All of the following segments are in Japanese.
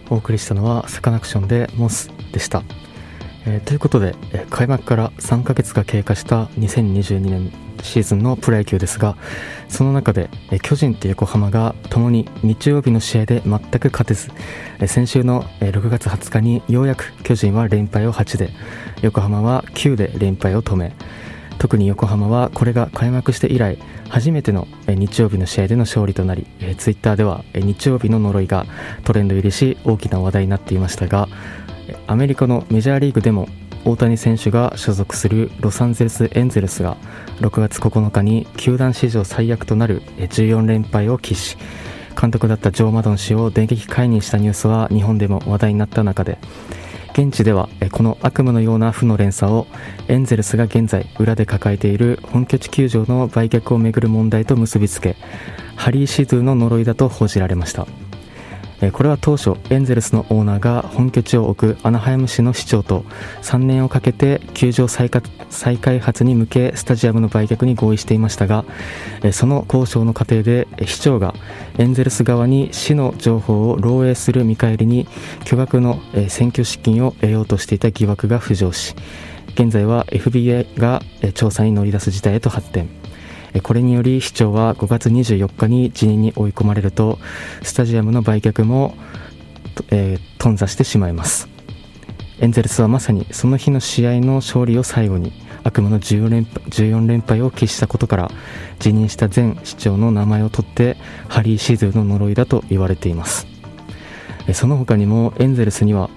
お送りしたのはサカナクションでモスでした。ということで、開幕から3ヶ月が経過した2022年シーズンのプロ野球ですが、その中で巨人と横浜がともに日曜日の試合で全く勝てず、先週の6月20日にようやく巨人は連敗を8で、横浜は9で連敗を止め、特に横浜はこれが開幕して以来初めての日曜日の試合での勝利となり、ツイッターでは日曜日の呪いがトレンド入りし大きな話題になっていましたが、アメリカのメジャーリーグでも大谷選手が所属するロサンゼルスエンゼルスが6月9日に球団史上最悪となる14連敗を喫し、監督だったジョー・マドン氏を電撃解任したニュースは日本でも話題になった中で、現地ではこの悪夢のような負の連鎖をエンゼルスが現在裏で抱えている本拠地球場の売却をめぐる問題と結びつけ、ハリー・シドゥの呪いだと報じられました。これは当初エンゼルスのオーナーが本拠地を置くアナハイム市の市長と3年をかけて球場再開発に向けスタジアムの売却に合意していましたが、その交渉の過程で市長がエンゼルス側に市の情報を漏洩する見返りに巨額の選挙資金を得ようとしていた疑惑が浮上し、現在は FBI が調査に乗り出す事態へと発展。これにより市長は5月24日に辞任に追い込まれると、スタジアムの売却も、頓挫してしまいます。エンゼルスはまさにその日の試合の勝利を最後に悪夢の14連敗を喫したことから、辞任した前市長の名前を取ってハリー・シドゥの呪いだと言われています。その他にもエンゼルスには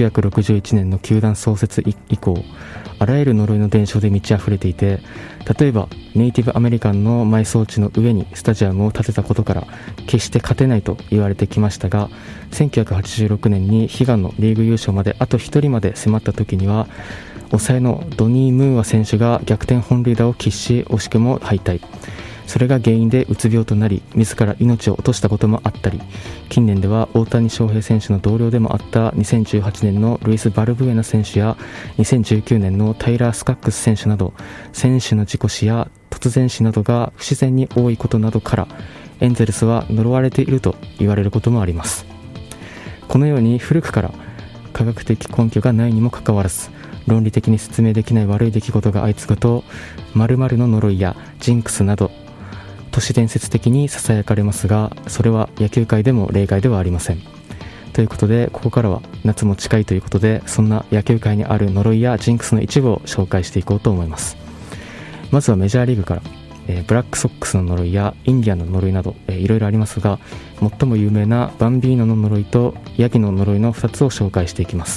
1961年の球団創設以降、あらゆる呪いの伝承で満ち溢れていて、例えばネイティブアメリカンの埋葬地の上にスタジアムを建てたことから決して勝てないと言われてきましたが、1986年に悲願のリーグ優勝まであと1人まで迫った時には、抑えのドニー・ムーア選手が逆転本塁打を喫し惜しくも敗退。それが原因でうつ病となり自ら命を落としたこともあったり、近年では大谷翔平選手の同僚でもあった2018年のルイス・バルブエナ選手や2019年のタイラー・スカックス選手など、選手の事故死や突然死などが不自然に多いことなどからエンゼルスは呪われていると言われることもあります。このように古くから科学的根拠がないにもかかわらず、論理的に説明できない悪い出来事が相次ぐと〇〇の呪いやジンクスなど都市伝説的に囁かれますが、それは野球界でも例外ではありません。ということで、ここからは夏も近いということで、そんな野球界にある呪いやジンクスの一部を紹介していこうと思います。まずはメジャーリーグから、ブラックソックスの呪いやインディアンの呪いなど、いろいろありますが、最も有名なバンビーノの呪いとヤギの呪いの2つを紹介していきます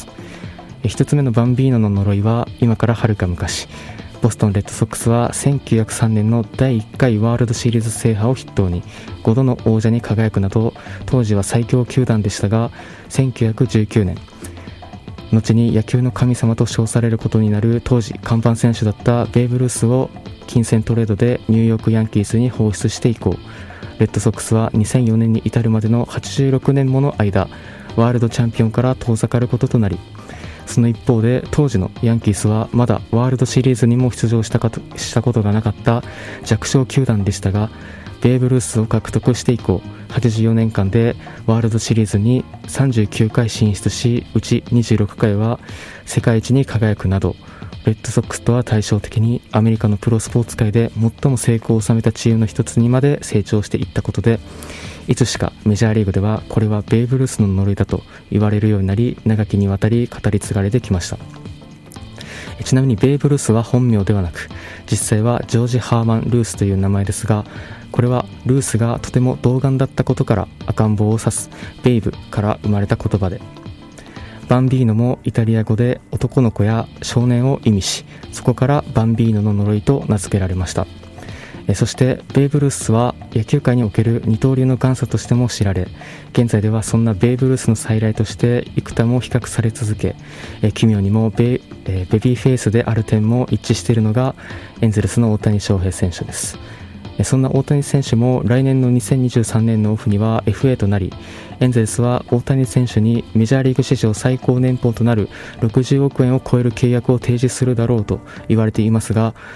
。1つ目のバンビーノの呪いは今からはるか昔、ボストンレッドソックスは1903年の第1回ワールドシリーズ制覇を筆頭に5度の王者に輝くなど、当時は最強球団でしたが、1919年後に野球の神様と称されることになる当時看板選手だったベーブ・ルースを金銭トレードでニューヨークヤンキースに放出して以降、レッドソックスは2004年に至るまでの86年もの間ワールドチャンピオンから遠ざかることとなり、その一方で当時のヤンキースはまだワールドシリーズにも出場したことがなかった弱小球団でしたが、ベーブ・ルースを獲得して以降84年間でワールドシリーズに39回進出し、うち26回は世界一に輝くなど、レッドソックスとは対照的にアメリカのプロスポーツ界で最も成功を収めたチームの一つにまで成長していったことで、いつしかメジャーリーグではこれはベーブ・ルースの呪いだと言われるようになり、長きにわたり語り継がれてきました。ちなみにベーブ・ルースは本名ではなく、実際はジョージ・ハーマン・ルースという名前ですが、これはルースがとても童顔だったことから赤ん坊を指すベイブから生まれた言葉で、バンビーノもイタリア語で男の子や少年を意味し、そこからバンビーノの呪いと名付けられました。そしてベーブ・ルースは野球界における二刀流の元祖としても知られ、現在ではそんなベーブ・ルースの再来として幾多も比較され続け、奇妙にもベビーフェイスである点も一致しているのがエンゼルスの大谷翔平選手です。そんな大谷選手も来年の2023年のオフには FA となり、エンゼルスは大谷選手にメジャーリーグ史上最高年俸となる60億円を超える契約を提示するだろうと言われていますが、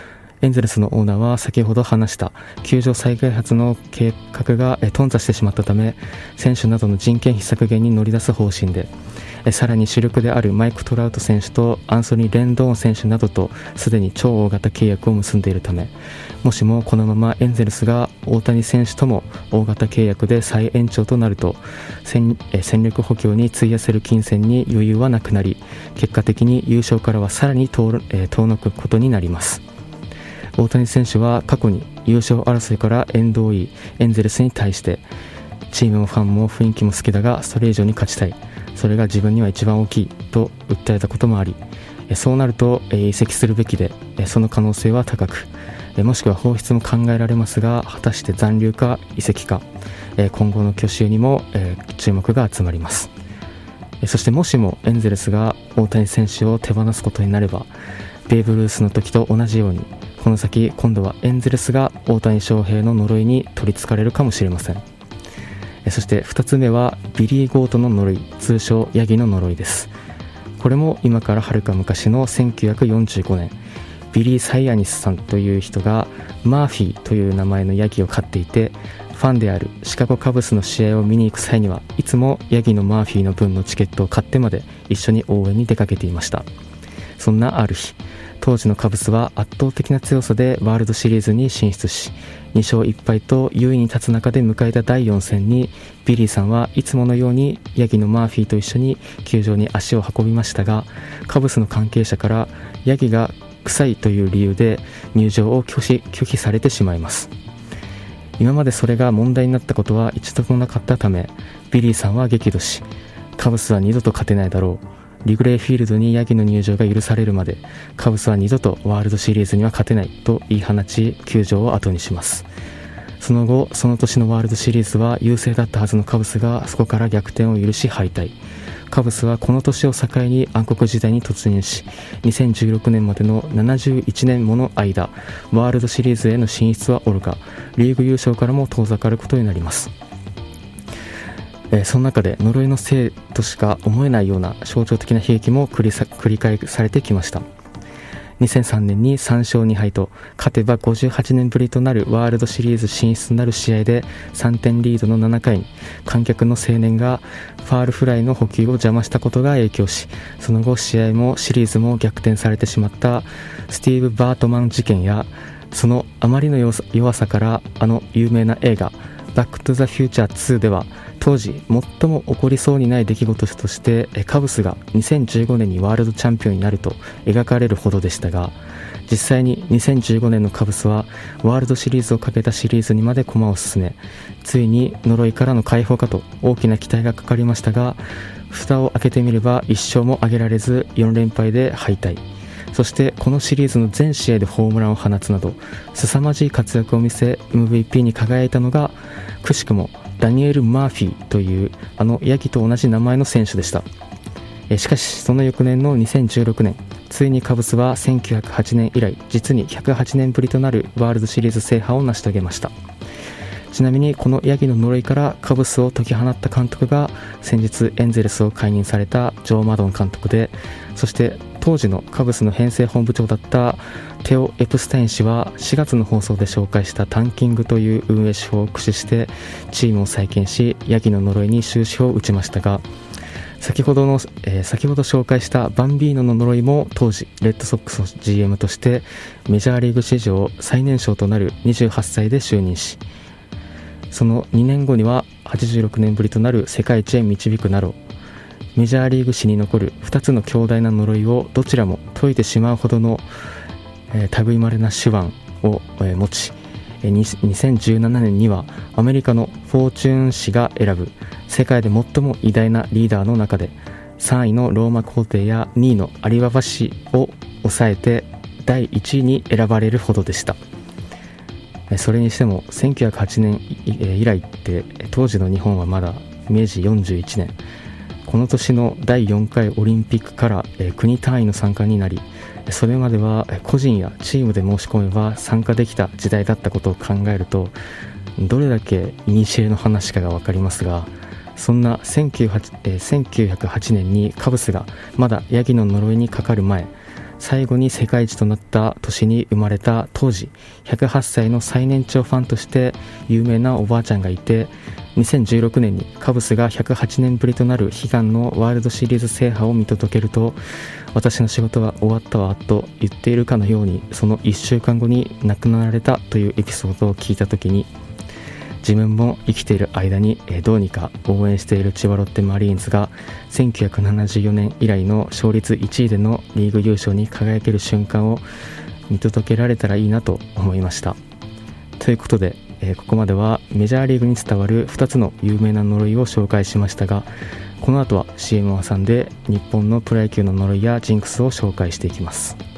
エンゼルスのオーナーは先ほど話した球場再開発の計画が頓挫してしまったため、選手などの人件費削減に乗り出す方針で、さらに主力であるマイク・トラウト選手とアンソニー・レンドーン選手などとすでに超大型契約を結んでいるため、もしもこのままエンゼルスが大谷選手とも大型契約で再延長となると、戦力補強に費やせる金銭に余裕はなくなり、結果的に優勝からはさらに遠のくことになります。大谷選手は過去に優勝争いから縁遠いエンゼルスに対して、チームもファンも雰囲気も好きだがそれ以上に勝ちたい、それが自分には一番大きいと訴えたこともあり、そうなると移籍するべきで、その可能性は高く、もしくは放出も考えられますが、果たして残留か移籍か、今後の去就にも注目が集まります。そしてもしもエンゼルスが大谷選手を手放すことになれば、ベーブ・ルースの時と同じように、この先今度はエンゼルスが大谷翔平の呪いに取りつかれるかもしれません。そして2つ目はビリー・ゴートの呪い、通称ヤギの呪いです。これも今からはるか昔の1945年、ビリー・サイアニスさんという人がマーフィーという名前のヤギを飼っていて、ファンであるシカゴカブスの試合を見に行く際にはいつもヤギのマーフィーの分のチケットを買ってまで一緒に応援に出かけていました。そんなある日、当時のカブスは圧倒的な強さでワールドシリーズに進出し、2勝1敗と優位に立つ中で迎えた第4戦に、ビリーさんはいつものようにヤギのマーフィーと一緒に球場に足を運びましたが、カブスの関係者からヤギが臭いという理由で入場を拒否されてしまいます。今までそれが問題になったことは一度もなかったため、ビリーさんは激怒し、カブスは二度と勝てないだろう、リグレーフィールドにヤギの入場が許されるまでカブスは二度とワールドシリーズには勝てないと言い放ち、球場を後にします。その後、その年のワールドシリーズは優勢だったはずのカブスがそこから逆転を許し敗退。カブスはこの年を境に暗黒時代に突入し、2016年までの71年もの間、ワールドシリーズへの進出はおろか、リーグ優勝からも遠ざかることになります。その中で呪いのせいとしか思えないような象徴的な悲劇も繰り返されてきました。2003年に3勝2敗と勝てば58年ぶりとなるワールドシリーズ進出となる試合で、3点リードの7回に観客の青年がファールフライの捕球を邪魔したことが影響し、その後試合もシリーズも逆転されてしまったスティーブ・バートマン事件や、そのあまりの弱さから有名な映画バックトゥザフューチャー2では当時最も起こりそうにない出来事としてカブスが2015年にワールドチャンピオンになると描かれるほどでしたが、実際に2015年のカブスはワールドシリーズをかけたシリーズにまで駒を進め、ついに呪いからの解放かと大きな期待がかかりましたが、蓋を開けてみれば1勝も挙げられず4連敗で敗退。そしてこのシリーズの全試合でホームランを放つなど凄まじい活躍を見せ MVP に輝いたのが、くしくもダニエル・マーフィーというヤギと同じ名前の選手でした。しかしその翌年の2016年、ついにカブスは1908年以来実に108年ぶりとなるワールドシリーズ制覇を成し遂げました。ちなみにこのヤギの呪いからカブスを解き放った監督が先日エンゼルスを解任されたジョー・マドン監督で、そして当時のカブスの編成本部長だったテオ・エプスタイン氏は4月の放送で紹介したタンキングという運営手法を駆使してチームを再建し、ヤギの呪いに終止符を打ちましたが、先ほど紹介したバンビーノの呪いも当時レッドソックスの GM としてメジャーリーグ史上最年少となる28歳で就任し、その2年後には86年ぶりとなる世界一へ導くなど、メジャーリーグ史に残る2つの強大な呪いをどちらも解いてしまうほどの類まれな手腕を持ち、2017年にはアメリカのフォーチューン誌が選ぶ世界で最も偉大なリーダーの中で3位のローマ皇帝や2位のアリババ氏を抑えて第1位に選ばれるほどでした。それにしても1908年以来って当時の日本はまだ明治41年、この年の第4回オリンピックから国単位の参加になり、それまでは個人やチームで申し込めば参加できた時代だったことを考えると、どれだけ古の話かが分かりますが、そんな1908年にカブスがまだヤギの呪いにかかる前、 最後に世界一となった年に生まれた当時108歳の最年長ファンとして有名なおばあちゃんがいて、2016年にカブスが108年ぶりとなる悲願のワールドシリーズ制覇を見届けると、私の仕事は終わったわと言っているかのように、その1週間後に亡くなられたというエピソードを聞いたときに、自分も生きている間にどうにか応援している千葉ロッテマリーンズが1974年以来の勝率1位でのリーグ優勝に輝ける瞬間を見届けられたらいいなと思いました。ということで、ここまではメジャーリーグに伝わる2つの有名な呪いを紹介しましたが、この後は CM を挟んで日本のプロ野球の呪いやジンクスを紹介していきます。